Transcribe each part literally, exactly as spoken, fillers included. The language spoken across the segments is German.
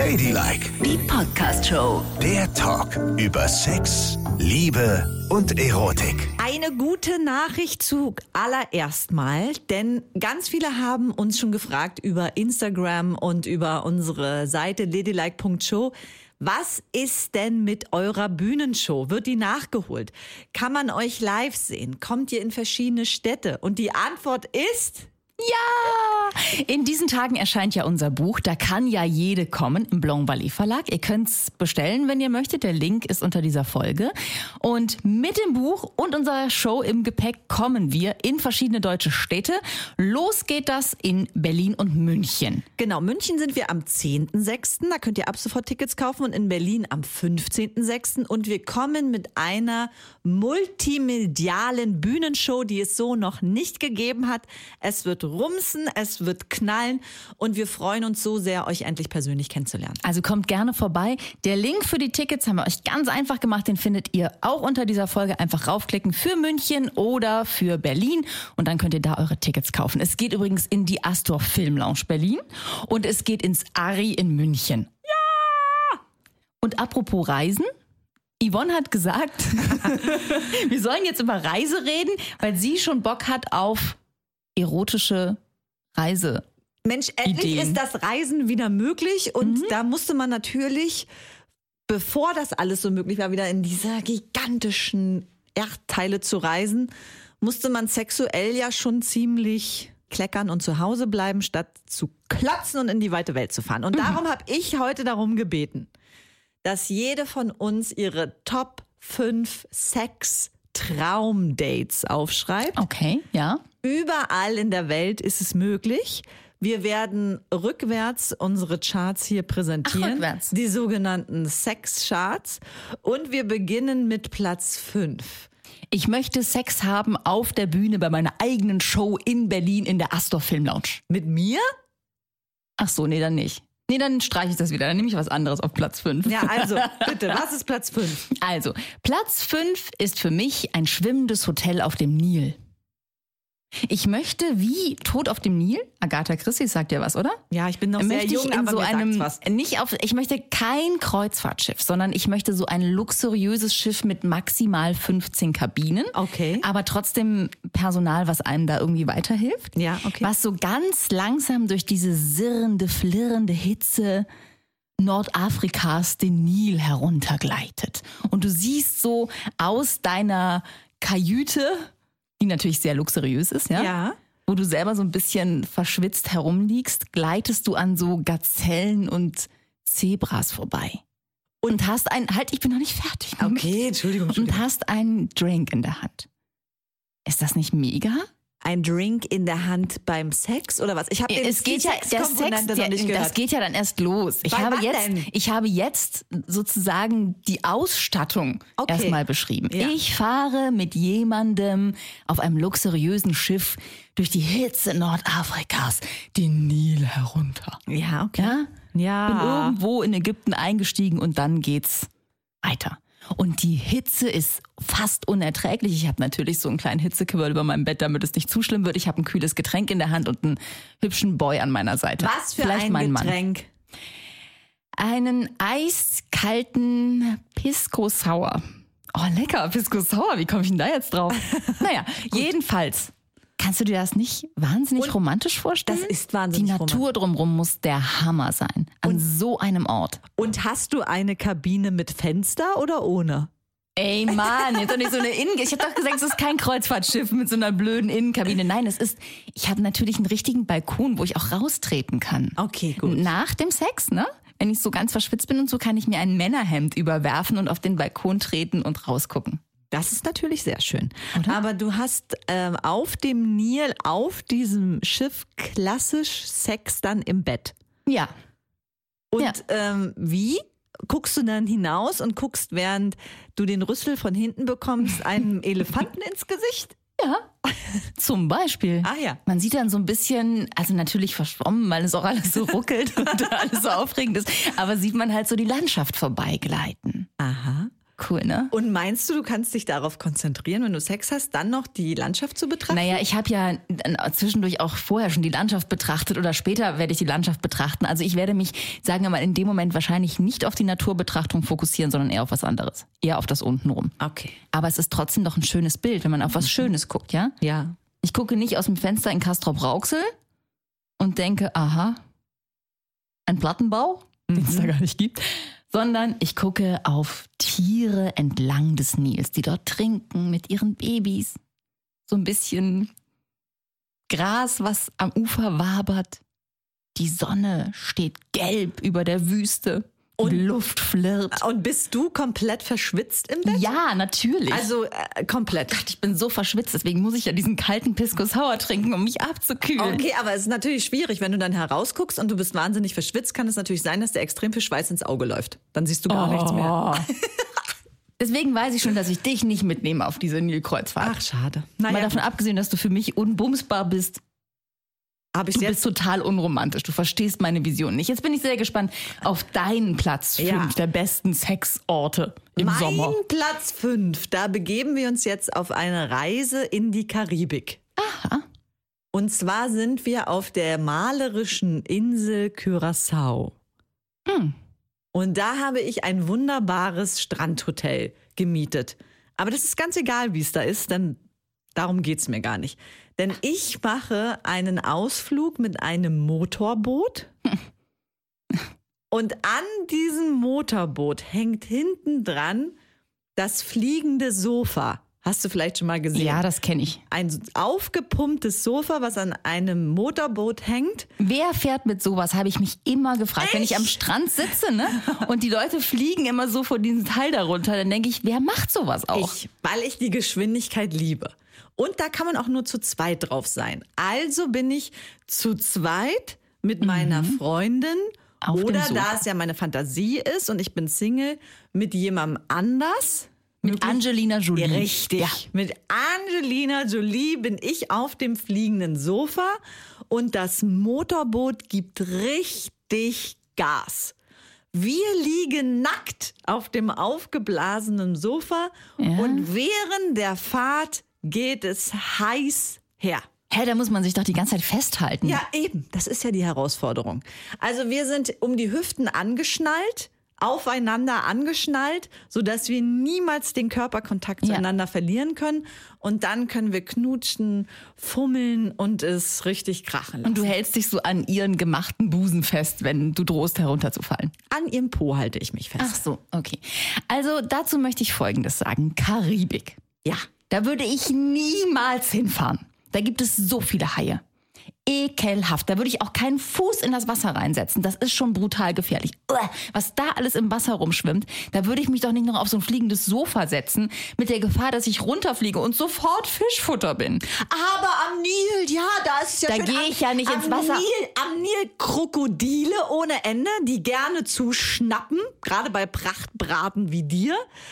Ladylike, Die Podcast-Show. der Talk über Sex, Liebe und Erotik. Eine gute Nachricht zu allererst mal, denn ganz viele haben uns schon gefragt über Instagram und über unsere Seite ladylike punkt show. Was ist denn mit eurer Bühnenshow? Wird die nachgeholt? Kann man euch live sehen? Kommt ihr in verschiedene Städte? Und die Antwort ist... Ja! In diesen Tagen erscheint ja unser Buch. Da kann ja jede kommen im Blanc Ballet Verlag. Ihr könnt's bestellen, wenn ihr möchtet. Der Link ist unter dieser Folge. Und mit dem Buch und unserer Show im Gepäck kommen wir in verschiedene deutsche Städte. Los geht das in Berlin und München. Genau, München sind wir am zehnten sechsten Da könnt ihr ab sofort Tickets kaufen. Und in Berlin am fünfzehnten sechsten Und wir kommen mit einer multimedialen Bühnenshow, die es so noch nicht gegeben hat. Es wird rumsen, es wird knallen und wir freuen uns so sehr, euch endlich persönlich kennenzulernen. Also kommt gerne vorbei. Der Link für die Tickets haben wir euch ganz einfach gemacht. Den findet ihr auch unter dieser Folge. Einfach raufklicken für München oder für Berlin und dann könnt ihr da eure Tickets kaufen. Es geht übrigens in die Astor Film Lounge Berlin und es geht ins Ari in München. Ja! Und apropos Reisen, Yvonne hat gesagt, wir sollen jetzt über Reise reden, weil sie schon Bock hat auf erotische Reise. Mensch, endlich Ideen. ist das Reisen wieder möglich und mhm. da musste man natürlich, bevor das alles so möglich war, wieder in diese gigantischen Erdteile zu reisen, musste man sexuell ja schon ziemlich kleckern und zu Hause bleiben, statt zu klotzen und in die weite Welt zu fahren. Und mhm. darum habe ich heute darum gebeten, dass jede von uns ihre Top fünf Sex-Traumdates aufschreibt. Okay, ja. Überall in der Welt ist es möglich. Wir werden rückwärts unsere Charts hier präsentieren. Ach, rückwärts. Die sogenannten Sex-Charts. Und wir beginnen mit Platz fünf. Ich möchte Sex haben auf der Bühne bei meiner eigenen Show in Berlin in der Astor Film Lounge. Mit mir? Ach so, nee, dann nicht. Nee, dann streiche ich das wieder. Dann nehme ich was anderes auf Platz fünf. Ja, also, bitte, was ist Platz fünf? Also, Platz fünf ist für mich ein schwimmendes Hotel auf dem Nil. Ich möchte wie Tod auf dem Nil, Agatha Christie sagt ja was, oder? Ja, ich bin noch möchte sehr jung, ich in aber so mir einem, sagt's was. Nicht auf, ich möchte kein Kreuzfahrtschiff, sondern ich möchte so ein luxuriöses Schiff mit maximal fünfzehn Kabinen. Okay. Aber trotzdem Personal, was einem da irgendwie weiterhilft. Ja, okay. Was so ganz langsam durch diese sirrende, flirrende Hitze Nordafrikas den Nil heruntergleitet. Und du siehst so aus deiner Kajüte, die natürlich sehr luxuriös ist, ja? Ja. Wo du selber so ein bisschen verschwitzt herumliegst, gleitest du an so Gazellen und Zebras vorbei. Und hast ein, halt, ich bin noch nicht fertig. Okay, Entschuldigung, Entschuldigung. Und hast einen Drink in der Hand. Ist das nicht mega? Ein Drink in der Hand beim Sex oder was? Ich habe den es geht ja, der Sex, noch nicht gehört. Das geht ja dann erst los. Ich Bei habe wann jetzt, denn? ich habe jetzt sozusagen die Ausstattung Okay. erstmal beschrieben. Ja. Ich fahre mit jemandem auf einem luxuriösen Schiff durch die Hitze Nordafrikas den Nil herunter. Ja, okay. Ja? Ja. Bin irgendwo in Ägypten eingestiegen und dann geht's weiter. Und die Hitze ist fast unerträglich. Ich habe natürlich so einen kleinen Hitzekübel über meinem Bett, damit es nicht zu schlimm wird. Ich habe ein kühles Getränk in der Hand und einen hübschen Boy an meiner Seite. Was für Vielleicht ein mein Getränk? Mann. Einen eiskalten Pisco Sour. Oh, lecker, Pisco Sour. Wie komme ich denn da jetzt drauf? Naja, jedenfalls. Kannst du dir das nicht wahnsinnig Und romantisch vorstellen? das ist wahnsinnig Die Natur drumherum muss der Hammer sein. An Und- so einem Ort. Und hast du eine Kabine mit Fenster oder ohne? Ey Mann, jetzt doch nicht so eine Innen... Ich habe doch gesagt, es ist kein Kreuzfahrtschiff mit so einer blöden Innenkabine. Nein, es ist... Ich habe natürlich einen richtigen Balkon, wo ich auch raustreten kann. Okay, gut. Nach dem Sex, ne? Wenn ich so ganz verschwitzt bin und so, kann ich mir ein Männerhemd überwerfen und auf den Balkon treten und rausgucken. Das ist natürlich sehr schön. Oder? Aber du hast ähm, auf dem Nil, auf diesem Schiff klassisch Sex dann im Bett. Ja. Und Ja. ähm, wie? Guckst du dann hinaus und guckst, während du den Rüssel von hinten bekommst, einem Elefanten ins Gesicht? Ja, zum Beispiel. Ah ja. Man sieht dann so ein bisschen, also natürlich verschwommen, weil es auch alles so ruckelt und alles so aufregend ist, aber sieht man halt so die Landschaft vorbeigleiten. Aha. Cool, ne? Und meinst du, du kannst dich darauf konzentrieren, wenn du Sex hast, dann noch die Landschaft zu betrachten? Naja, ich habe ja zwischendurch auch vorher schon die Landschaft betrachtet oder später werde ich die Landschaft betrachten. Also ich werde mich, sagen wir mal, in dem Moment wahrscheinlich nicht auf die Naturbetrachtung fokussieren, sondern eher auf was anderes. Eher auf das Untenrum. Okay. Aber es ist trotzdem doch ein schönes Bild, wenn man auf was Schönes guckt, ja? Ja. Ich gucke nicht aus dem Fenster in Castrop-Rauxel und denke, aha, ein Plattenbau, den es da gar nicht gibt, sondern ich gucke auf Tiere entlang des Nils, die dort trinken mit ihren Babys. So ein bisschen Gras, was am Ufer wabert. Die Sonne steht gelb über der Wüste. Die Und- Luft flirrt. Und bist du komplett verschwitzt im Bett? Ja, natürlich. Also äh, komplett. Gott, ich bin so verschwitzt, deswegen muss ich ja diesen kalten Pisco Sour trinken, um mich abzukühlen. Okay, aber es ist natürlich schwierig, wenn du dann herausguckst und du bist wahnsinnig verschwitzt, kann es natürlich sein, dass dir extrem viel Schweiß ins Auge läuft. Dann siehst du gar nichts mehr. Deswegen weiß ich schon, dass ich dich nicht mitnehme auf diese Nilkreuzfahrt. Ach, schade. Mal Naja, davon abgesehen, dass du für mich unbumsbar bist. habe ich Du jetzt bist total unromantisch. Du verstehst meine Vision nicht. Jetzt bin ich sehr gespannt auf deinen Platz fünf Ja. der besten Sexorte im mein Sommer. Platz fünf. Da begeben wir uns jetzt auf eine Reise in die Karibik. Aha. Und zwar sind wir auf der malerischen Insel Curaçao. Hm. Und da habe ich ein wunderbares Strandhotel gemietet. Aber das ist ganz egal, wie es da ist, denn darum geht's mir gar nicht. Denn ich mache einen Ausflug mit einem Motorboot. Und an diesem Motorboot hängt hinten dran das fliegende Sofa. Hast du vielleicht schon mal gesehen? Ja, das kenne ich. Ein aufgepumptes Sofa, was an einem Motorboot hängt. Wer fährt mit sowas, habe ich mich immer gefragt. Wenn ich am Strand sitze, ne, und die Leute fliegen immer so von diesem Teil darunter, dann denke ich, wer macht sowas auch? Ich, weil ich die Geschwindigkeit liebe. Und da kann man auch nur zu zweit drauf sein. Also bin ich zu zweit mit meiner Freundin Auf dem oder Sofa. da es ja meine Fantasie ist und ich bin Single, mit jemandem anders. Mit Angelina Jolie. Richtig. Ja. Mit Angelina Jolie bin ich auf dem fliegenden Sofa und das Motorboot gibt richtig Gas. Wir liegen nackt auf dem aufgeblasenen Sofa Ja. und während der Fahrt geht es heiß her. Hä, da muss man sich doch die ganze Zeit festhalten. Ja, eben. Das ist ja die Herausforderung. Also wir sind um die Hüften angeschnallt, aufeinander angeschnallt, sodass wir niemals den Körperkontakt Ja. zueinander verlieren können. Und dann können wir knutschen, fummeln und es richtig krachen lassen. Und du hältst dich so an ihren gemachten Busen fest, wenn du drohst, herunterzufallen. An ihrem Po halte ich mich fest. Ach so, okay. Also dazu möchte ich Folgendes sagen. Karibik. Ja. Da würde ich niemals hinfahren. Da gibt es so viele Haie. Ekelhaft. Da würde ich auch keinen Fuß in das Wasser reinsetzen. Das ist schon brutal gefährlich. Uah, was da alles im Wasser rumschwimmt, da würde ich mich doch nicht noch auf so ein fliegendes Sofa setzen, mit der Gefahr, dass ich runterfliege und sofort Fischfutter bin. Aber am Nil, ja, da ist es ja Da schön. gehe Am- ich ja nicht am ins Wasser. Nil, am Nil Krokodile ohne Ende, die gerne zuschnappen, gerade bei Prachtbraten wie dir.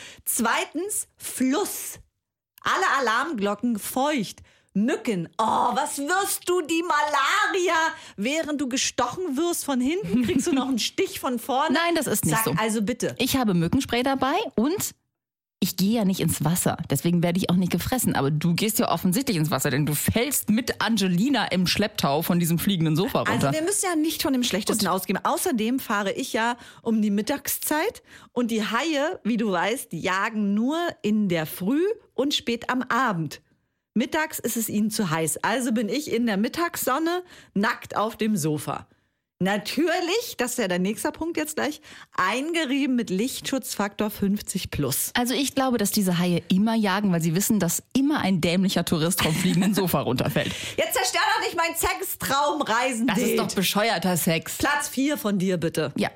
Zweitens Fluss. Alle Alarmglocken feucht. Mücken. Oh, was wirst du, die Malaria? Während du gestochen wirst von hinten, kriegst du noch einen Stich von vorne. Nein, das ist nicht Sag so. also bitte. Ich habe Mückenspray dabei und ich gehe ja nicht ins Wasser. Deswegen werde ich auch nicht gefressen. Aber du gehst ja offensichtlich ins Wasser, denn du fällst mit Angelina im Schlepptau von diesem fliegenden Sofa runter. Also wir müssen ja nicht von dem Schlechtesten ausgehen. Außerdem fahre ich ja um die Mittagszeit und die Haie, wie du weißt, die jagen nur in der Früh und spät am Abend. Mittags ist es ihnen zu heiß. Also bin ich in der Mittagssonne nackt auf dem Sofa. Natürlich, das ist ja der nächste Punkt jetzt gleich, eingerieben mit Lichtschutzfaktor fünfzig plus. Also ich glaube, dass diese Haie immer jagen, weil sie wissen, dass immer ein dämlicher Tourist vom fliegenden Sofa runterfällt. Jetzt zerstör doch nicht mein Sextraumreisen. Das ist doch bescheuerter Sex. Platz vier von dir, bitte. Ja.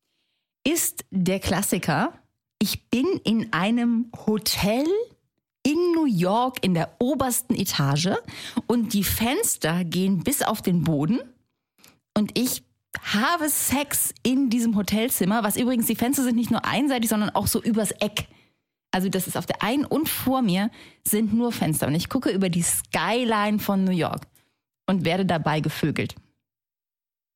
Ist der Klassiker, ich bin in einem Hotel in New York in der obersten Etage und die Fenster gehen bis auf den Boden und ich habe Sex in diesem Hotelzimmer, was übrigens, die Fenster sind nicht nur einseitig, sondern auch so übers Eck. Also das ist auf der einen und vor mir sind nur Fenster und ich gucke über die Skyline von New York und werde dabei gevögelt.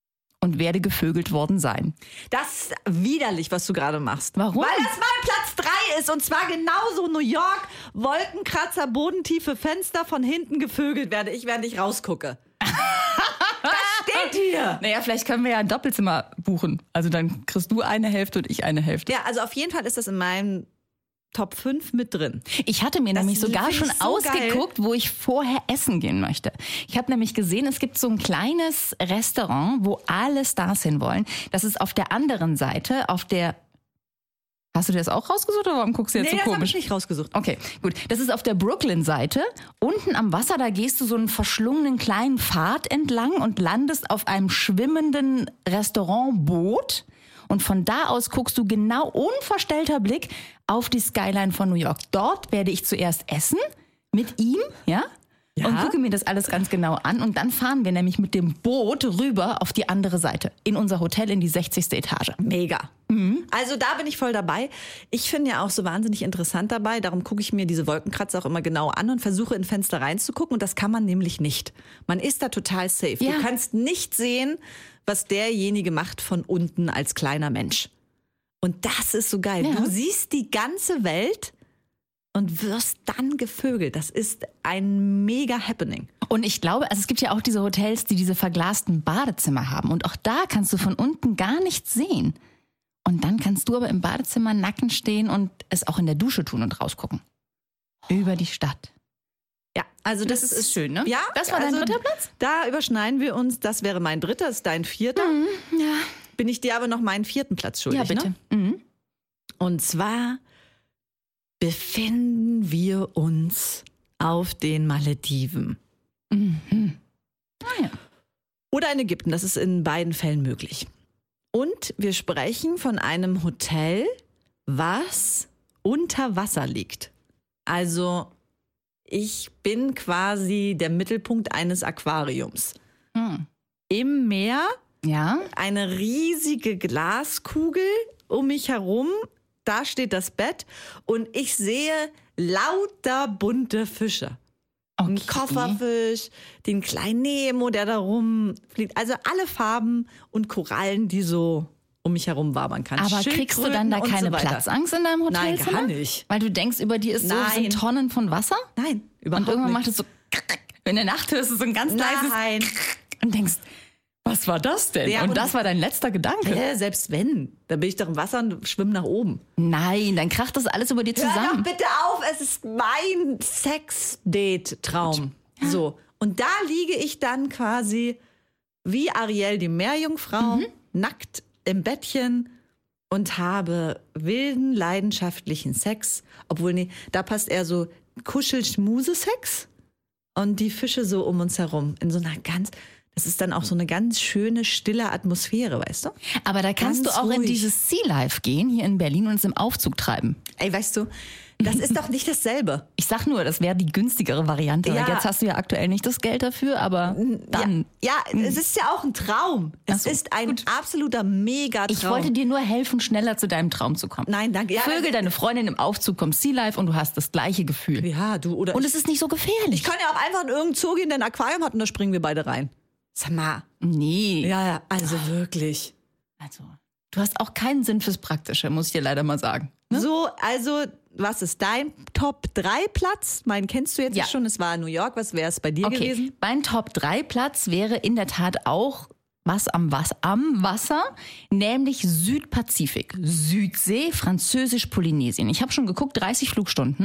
und werde gevögelt worden sein. Das ist widerlich, was du gerade machst. Warum? Weil das mein Platz drei ist und zwar genauso New York, Wolkenkratzer, bodentiefe Fenster, von hinten gevögelt werde ich, während ich rausgucke. Das steht hier. Naja, vielleicht können wir ja ein Doppelzimmer buchen. Also dann kriegst du eine Hälfte und ich eine Hälfte. Ja, also auf jeden Fall ist das in meinem Top fünf mit drin. Ich hatte mir Das nämlich sogar find schon ich so ausgeguckt, wo ich vorher essen gehen möchte. Ich habe nämlich gesehen, es gibt so ein kleines Restaurant, wo alle Stars hinwollen. Das ist auf der anderen Seite, auf der... Hast du dir das auch rausgesucht oder warum guckst du jetzt Nee, so das habe komisch? ich nicht rausgesucht. Okay, gut. Das ist auf der Brooklyn-Seite. Unten am Wasser, da gehst du so einen verschlungenen kleinen Pfad entlang und landest auf einem schwimmenden Restaurantboot. Und von da aus guckst du genau, unverstellter Blick, auf die Skyline von New York. Dort werde ich zuerst essen mit ihm, ja? Ja. Und gucke mir das alles ganz genau an. Und dann fahren wir nämlich mit dem Boot rüber auf die andere Seite. In unser Hotel in die sechzigste Etage. Mega. Mhm. Also da bin ich voll dabei. Ich finde ja auch so wahnsinnig interessant dabei. Darum gucke ich mir diese Wolkenkratzer auch immer genau an und versuche in Fenster reinzugucken. Und das kann man nämlich nicht. Man ist da total safe. Ja. Du kannst nicht sehen, was derjenige macht von unten als kleiner Mensch. Und das ist so geil. Ja. Du siehst die ganze Welt und wirst dann gevögelt. Das ist ein mega Happening. Und ich glaube, also es gibt ja auch diese Hotels, die diese verglasten Badezimmer haben. Und auch da kannst du von unten gar nichts sehen. Und dann kannst du aber im Badezimmer nacken stehen und es auch in der Dusche tun und rausgucken. Über die Stadt. Ja, also das, Das ist, ist schön, ne? Ja, Das war dein also dritter Platz? Da überschneiden wir uns. Das wäre mein dritter, das ist dein vierter. Ja, Bin ich dir aber noch meinen vierten Platz schuldig, ja bitte. ne? Mhm. Und zwar befinden wir uns auf den Malediven. Mhm. Ah, ja. Oder in Ägypten, das ist in beiden Fällen möglich. Und wir sprechen von einem Hotel, was unter Wasser liegt. Also ich bin quasi der Mittelpunkt eines Aquariums. Hm. Im Meer Ja, eine riesige Glaskugel um mich herum. Da steht das Bett und ich sehe lauter bunte Fische. Ein okay. Kofferfisch, den kleinen Nemo, der da rumfliegt. Also alle Farben und Korallen, die so um mich herum wabern kann. Aber kriegst du dann da Schildkröten und keine so weiter. Platzangst in deinem Nein, Hotelzimmer? gar nicht. Weil du denkst, über dir ist so Nein. sind Tonnen von Wasser? Nein, überhaupt Und irgendwann nicht. macht es so... In der Nacht hörst du so ein ganz leises... Nein. Und denkst, was war das denn? Ja, und und- das war dein letzter Gedanke? Äh, selbst wenn, dann bin ich doch im Wasser und schwimme nach oben. Nein, dann kracht das alles über dir Hör doch zusammen. bitte auf, es ist mein Sex-Date-Traum. So, und da liege ich dann quasi wie Ariel, die Meerjungfrau, Mhm. nackt im Bettchen und habe wilden, leidenschaftlichen Sex. Obwohl, nee, da passt eher so Kuschel-Schmuse-Sex und die Fische so um uns herum. In so einer ganz, das ist dann auch so eine ganz schöne, stille Atmosphäre, weißt du? Aber da kannst Ganz du auch in ruhig. dieses Sea Life gehen, hier in Berlin, und es im Aufzug treiben. Ey, weißt du, das ist doch nicht dasselbe. Ich sag nur, das wäre die günstigere Variante. Ja. Jetzt hast du ja aktuell nicht das Geld dafür, aber dann. Ja, ja, es ist ja auch ein Traum. Es Ach so, ist ein absoluter Megatraum. Ich wollte dir nur helfen, schneller zu deinem Traum zu kommen. Nein, danke. Ja, Vögel, deine Freundin im Aufzug, kommt Sea Life und du hast das gleiche Gefühl. Ja, du oder Und ich, es ist nicht so gefährlich. ich kann ja auch einfach in irgendein Zoo gehen, der ein Aquarium hat und da springen wir beide rein. Sag mal. nee. Ja, ja, also wirklich. Also, du hast auch keinen Sinn fürs Praktische, muss ich dir leider mal sagen. Ne? So, also, was ist dein Top drei Platz? Meinen kennst du jetzt Ja. schon, es war New York. Was wäre es bei dir Okay, gewesen? mein Top drei Platz wäre in der Tat auch was am, was am Wasser, nämlich Südpazifik, Südsee, Französisch-Polynesien. Ich habe schon geguckt, dreißig Flugstunden.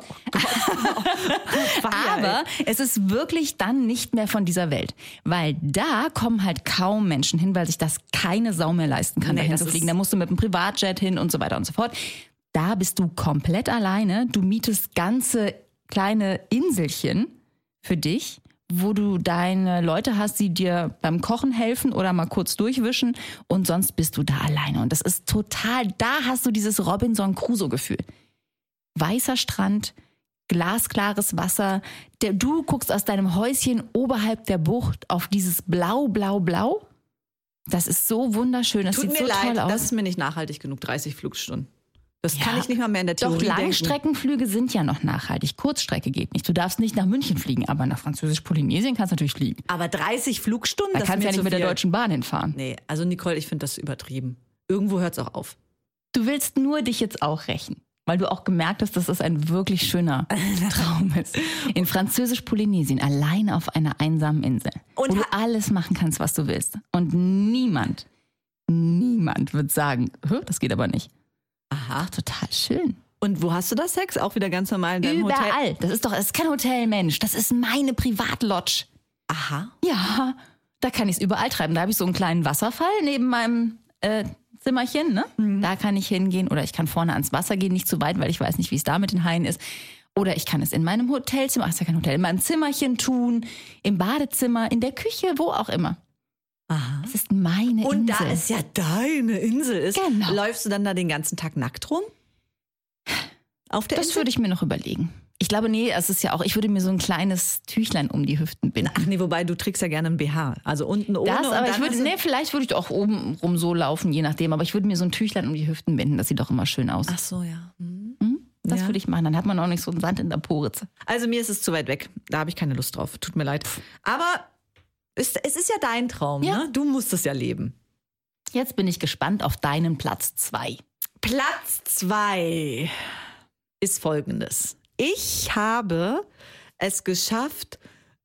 Aber es ist wirklich dann nicht mehr von dieser Welt. Weil da kommen halt kaum Menschen hin, weil sich das keine Sau mehr leisten kann, Nee, dahin das zu ist- fliegen. Da musst du mit einem Privatjet hin und so weiter und so fort. Da bist du komplett alleine. Du mietest ganze kleine Inselchen für dich, wo du deine Leute hast, die dir beim Kochen helfen oder mal kurz durchwischen, und sonst bist du da alleine. Und das ist total, da hast du dieses Robinson-Crusoe-Gefühl. Weißer Strand, glasklares Wasser. Der, du guckst aus deinem Häuschen oberhalb der Bucht auf dieses Blau, Blau, Blau. Das ist so wunderschön. Das Tut sieht mir so leid, toll aus. das ist mir nicht nachhaltig genug, dreißig Flugstunden. Das Ja, kann ich nicht mal mehr in der Theorie Doch, denken. Langstreckenflüge sind ja noch nachhaltig. Kurzstrecke geht nicht. Du darfst nicht nach München fliegen, aber nach Französisch-Polynesien kannst du natürlich fliegen. Aber dreißig Flugstunden, Da das kannst ist du mir ja nicht zu mit der viel. Deutschen Bahn hinfahren. Nee, also Nicole, ich finde das übertrieben. Irgendwo hört es auch auf. Du willst nur dich jetzt auch rächen, weil du auch gemerkt hast, dass das ein wirklich schöner Traum ist. In Französisch-Polynesien, allein auf einer einsamen Insel, Und wo du ha- alles machen kannst, was du willst. Und niemand, niemand wird sagen, "Hä, das geht aber nicht." Aha. Ach, total schön. Und wo hast du das Sex? Auch wieder ganz normal in deinem Hotel? Überall. Das ist doch, das ist kein Hotel, Mensch. Das ist meine Privatlodge. Aha. Ja, da kann ich es überall treiben. Da habe ich so einen kleinen Wasserfall neben meinem äh, Zimmerchen. Ne? Mhm. Da kann ich hingehen. Oder ich kann vorne ans Wasser gehen, nicht zu weit, weil ich weiß nicht, wie es da mit den Haien ist. Oder ich kann es in meinem Hotelzimmer, ach, ist ja kein Hotel, in meinem Zimmerchen tun, im Badezimmer, in der Küche, wo auch immer. Aha. Es ist meine Und Insel. da es ja deine Insel ist, Genau. läufst du dann da den ganzen Tag nackt rum? Auf der Das Insel? würde ich mir noch überlegen. Ich glaube, nee, es ist ja auch, ich würde mir so ein kleines Tüchlein um die Hüften binden. Ach nee, wobei du trägst ja gerne einen B H. Also unten ohne. Das, und aber dann ich würde, hast du- nee, vielleicht würde ich auch oben rum so laufen, je nachdem. Aber ich würde mir so ein Tüchlein um die Hüften binden. Das sieht doch immer schön aus. Ach so, ja. Hm. Hm? Das Ja. würde ich machen. Dann hat man auch nicht so einen Sand in der Poritze. Also mir ist es zu weit weg. Da habe ich keine Lust drauf. Tut mir leid. Aber es, es ist ja dein Traum, Ja. ne? Du musst es ja leben. Jetzt bin ich gespannt auf deinen Platz zwei. Platz zwei ist folgendes. Ich habe es geschafft,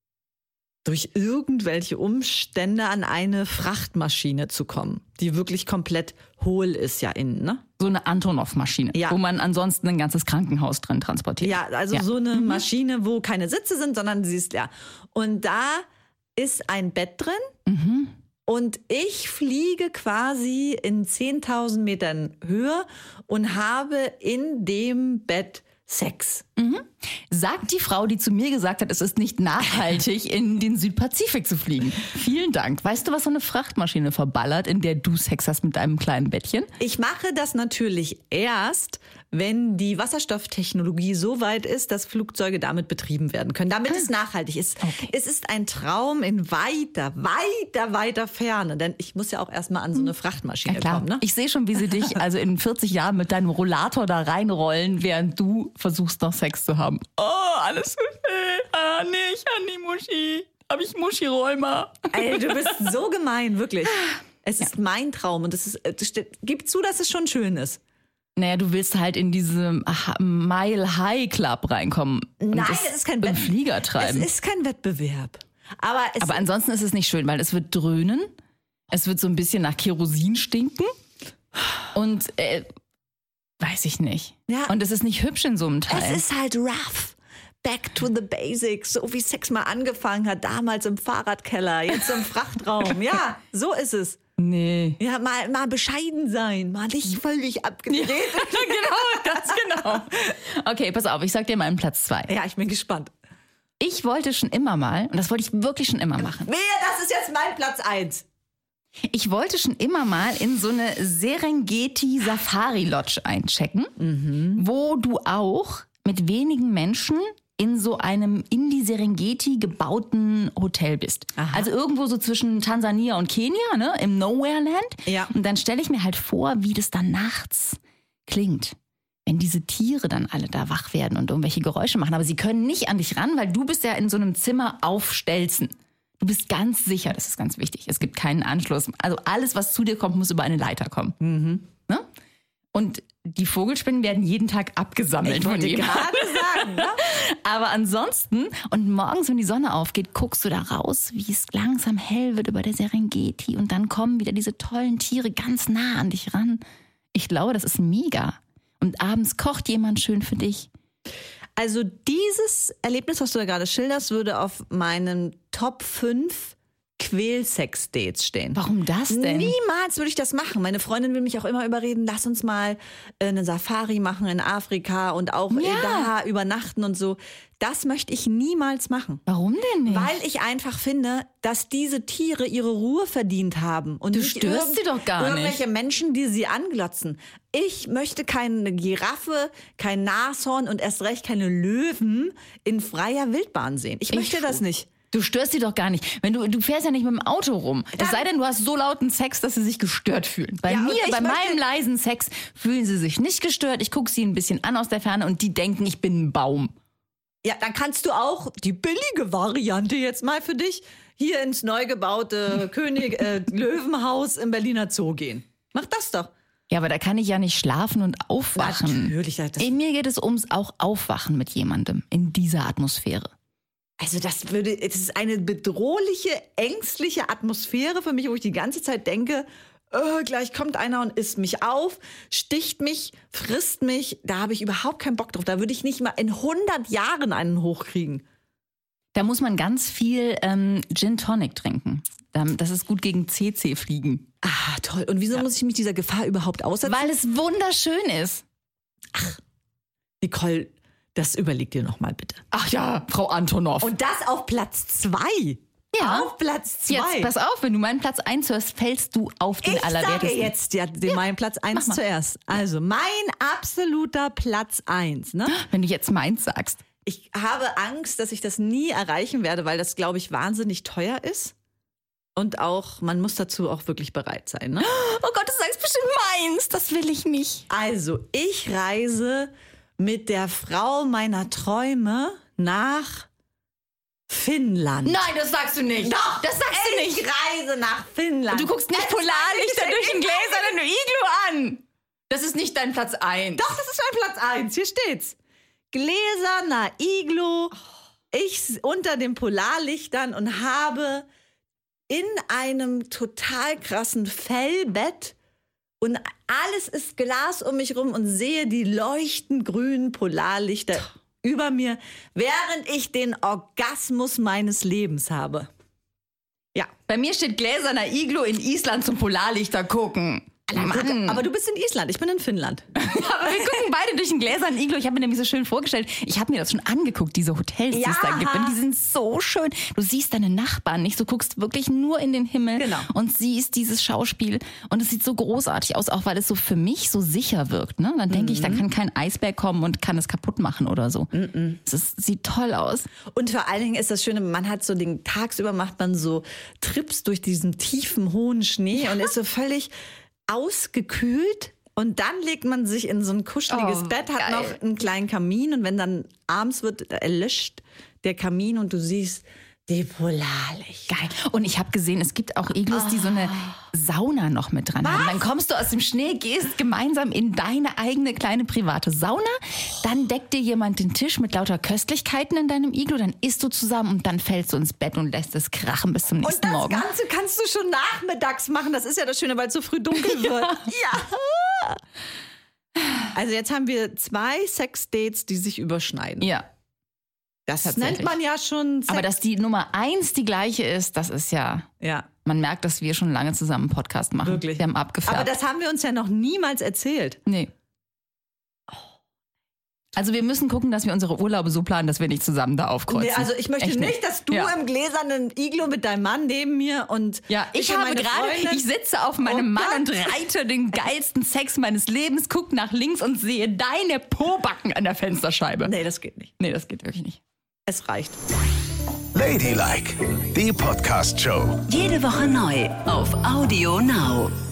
durch irgendwelche Umstände an eine Frachtmaschine zu kommen, die wirklich komplett hohl ist ja innen, ne? So eine Antonov-Maschine, Ja. wo man ansonsten ein ganzes Krankenhaus drin transportiert. Ja, also Ja. so eine Maschine, wo keine Sitze sind, sondern sie ist leer. Und da ist ein Bett drin. Mhm. Und ich fliege quasi in zehntausend Metern Höhe und habe in dem Bett Sex. Sagt die Frau, die zu mir gesagt hat, es ist nicht nachhaltig, in den Südpazifik zu fliegen. Vielen Dank. Weißt du, was so eine Frachtmaschine verballert, in der du Sex hast mit deinem kleinen Bettchen? Ich mache das natürlich erst, wenn die Wasserstofftechnologie so weit ist, dass Flugzeuge damit betrieben werden können, damit es nachhaltig ist. Okay. Es ist ein Traum in weiter, weiter, weiter Ferne, denn ich muss ja auch erstmal an so eine Frachtmaschine Ja, klar. kommen. Ne? Ich sehe schon, wie sie dich also in vierzig Jahren mit deinem Rollator da reinrollen, während du versuchst, noch Sex zu haben. Oh, alles so schön. Ah, nicht an die Muschi. Hab ich Muschi-Rheuma. Ey, du bist so gemein, wirklich. Es ist mein Traum und es ist, es steht- gib zu, dass es schon schön ist. Naja, du willst halt in diese Mile High Club reinkommen. und Nein, das es ist kein im Wett- Flieger Es treiben. ist kein Wettbewerb. Aber es Aber ansonsten ist es nicht schön, weil es wird dröhnen. Es wird so ein bisschen nach Kerosin stinken. Und äh, weiß ich nicht. Ja. Und es ist nicht hübsch in so einem Teil. Es ist halt rough. Back to the basics, so wie Sex mal angefangen hat, damals im Fahrradkeller, jetzt im Frachtraum. Ja, so ist es. nee. Ja, mal, mal bescheiden sein, mal nicht völlig abgedreht. genau, ganz genau. Okay, pass auf, ich sag dir meinen Platz zwei. Ja, ich bin gespannt. Ich wollte schon immer mal, und das wollte ich wirklich schon immer machen, Wehe, das ist jetzt mein Platz eins. ich wollte schon immer mal in so eine Serengeti Safari Lodge einchecken, wo du auch mit wenigen Menschen in so einem in die Serengeti gebauten Hotel bist. Aha. Also irgendwo so zwischen Tansania und Kenia, ne, im Nowhere-Land. Ja. Und dann stelle ich mir halt vor, wie das dann nachts klingt, wenn diese Tiere dann alle da wach werden und irgendwelche Geräusche machen. Aber sie können nicht an dich ran, weil du bist ja in so einem Zimmer auf Stelzen. Du bist ganz sicher, das ist ganz wichtig. Es gibt keinen Anschluss. Also alles, was zu dir kommt, muss über eine Leiter kommen. Ne? Und die Vogelspinnen werden jeden Tag abgesammelt Ich von wollte jemandem. gerade sagen, ne? Aber ansonsten, und morgens, wenn die Sonne aufgeht, guckst du da raus, wie es langsam hell wird über der Serengeti. Und dann kommen wieder diese tollen Tiere ganz nah an dich ran. Ich glaube, das ist mega. Und abends kocht jemand schön für dich. Also dieses Erlebnis, was du da gerade schilderst, würde auf meinen Top fünf Quälsex-Dates stehen. Warum das denn? Niemals würde ich das machen. Meine Freundin will mich auch immer überreden, lass uns mal äh, eine Safari machen in Afrika und auch äh, Ja. da übernachten und so. Das möchte ich niemals machen. Warum denn nicht? Weil ich einfach finde, dass diese Tiere ihre Ruhe verdient haben. Und Du nicht störst sie doch gar nicht. irgendwelche Menschen, die sie anglotzen. Ich möchte keine Giraffe, kein Nashorn und erst recht keine Löwen in freier Wildbahn sehen. Ich möchte Ich- das nicht. Du störst sie doch gar nicht. Wenn du, du fährst ja nicht mit dem Auto rum. Es sei denn, du hast so lauten Sex, dass sie sich gestört fühlen. Bei Ja, und mir, ich bei möchte- meinem leisen Sex, fühlen sie sich nicht gestört. Ich gucke sie ein bisschen an aus der Ferne und die denken, ich bin ein Baum. Ja, dann kannst du auch die billige Variante jetzt mal für dich hier ins neu gebaute König äh, Löwenhaus im Berliner Zoo gehen. Mach das doch. Ja, aber da kann ich ja nicht schlafen und aufwachen. Natürlich. Das, Ey, mir geht es ums auch Aufwachen mit jemandem in dieser Atmosphäre. also das würde, es ist eine bedrohliche, ängstliche Atmosphäre für mich, wo ich die ganze Zeit denke, oh, gleich kommt einer und isst mich auf, sticht mich, frisst mich. Da habe ich überhaupt keinen Bock drauf. Da würde ich nicht mal in hundert Jahren einen hochkriegen. Da muss man ganz viel ähm, Gin Tonic trinken. Das ist gut gegen C C-Fliegen. Ah, toll. Und wieso muss ich mich dieser Gefahr überhaupt aussetzen? Weil es wunderschön ist. Nicole, das überleg dir noch mal bitte. Ach ja, Frau Antonov. Und das auf Platz zwei. Ja. Auf Platz zwei. Jetzt, pass auf, wenn du meinen Platz eins hörst, fällst du auf den ich sage Allerwertesten. jetzt ja, den, meinen Platz eins mal. zuerst. Also mein absoluter Platz eins. Ne? Wenn du jetzt meins sagst. Ich habe Angst, dass ich das nie erreichen werde, weil das, glaube ich, wahnsinnig teuer ist. Und auch, man muss dazu auch wirklich bereit sein. Ne? Oh Gott, du sagst bestimmt meins. Das will ich nicht. Also, ich reise mit der Frau meiner Träume nach Finnland. Nein, das sagst du nicht. Doch, das sagst du nicht. Ich reise nach Finnland. Du guckst nicht Das Polarlichter sag ich durch ein nicht. gläsernen Iglu an. Das ist nicht dein Platz eins. Doch, das ist mein Platz eins. Hier steht's. Gläserner Iglu. Ich unter den Polarlichtern und habe in einem total krassen Fellbett und alles ist Glas um mich rum und sehe die leuchtend grünen Polarlichter über mir, während ich den Orgasmus meines Lebens habe. Ja. Bei mir steht gläserner Iglu in Island zum Polarlichter gucken. Mann. Aber du bist in Island, ich bin in Finnland. Aber wir gucken beide durch einen gläsernen Iglu. Ich habe mir nämlich so schön vorgestellt, ich habe mir das schon angeguckt, diese Hotels, die Ja. es da gibt. Und die sind so schön. Du siehst deine Nachbarn nicht, du guckst wirklich nur in den Himmel Genau. und siehst dieses Schauspiel. Und es sieht so großartig aus, auch weil es so für mich so sicher wirkt. Ne? Dann denke ich, da kann kein Eisberg kommen und kann es kaputt machen oder so. Es ist, sieht toll aus. Und vor allen Dingen ist das Schöne, man hat so den tagsüber macht man so Trips durch diesen tiefen, hohen Schnee und ist so völlig ausgekühlt. Und dann legt man sich in so ein kuscheliges Oh, Bett, hat geil. noch einen kleinen Kamin und wenn dann abends wird, erlischt der Kamin und du siehst die Polarlichter. Geil. Und ich habe gesehen, es gibt auch Iglus, die so eine Sauna noch mit dran haben. Dann kommst du aus dem Schnee, gehst gemeinsam in deine eigene kleine private Sauna. Dann deckt dir jemand den Tisch mit lauter Köstlichkeiten in deinem Iglu. Dann isst du zusammen und dann fällst du ins Bett und lässt es krachen bis zum Und nächsten das Morgen. Ganze kannst du schon nachmittags machen. Das ist ja das Schöne, weil es so früh dunkel wird. Ja. Also jetzt haben wir zwei Sex-Dates, die sich überschneiden. Ja. Das tatsächlich. nennt man ja schon Sex. Aber dass die Nummer eins die gleiche ist, das ist ja... ja. Man merkt, dass wir schon lange zusammen einen Podcast machen. Wirklich. Wir haben abgefärbt. Aber das haben wir uns ja noch niemals erzählt. Nee. Also wir müssen gucken, dass wir unsere Urlaube so planen, dass wir nicht zusammen da aufkreuzen. Nee, also ich möchte Echt nicht, dass du Ja. im gläsernen Iglu mit deinem Mann neben mir und Ja, ich, und habe meine gerade, Freundin- ich sitze auf meinem Oh Mann Gott. und reite den geilsten Sex meines Lebens, guck nach links und sehe deine Pobacken an der Fensterscheibe. Nee, das geht nicht. Nee, das geht wirklich nicht. Es reicht. Ladylike, die Podcast-Show. Jede Woche neu auf Audio Now.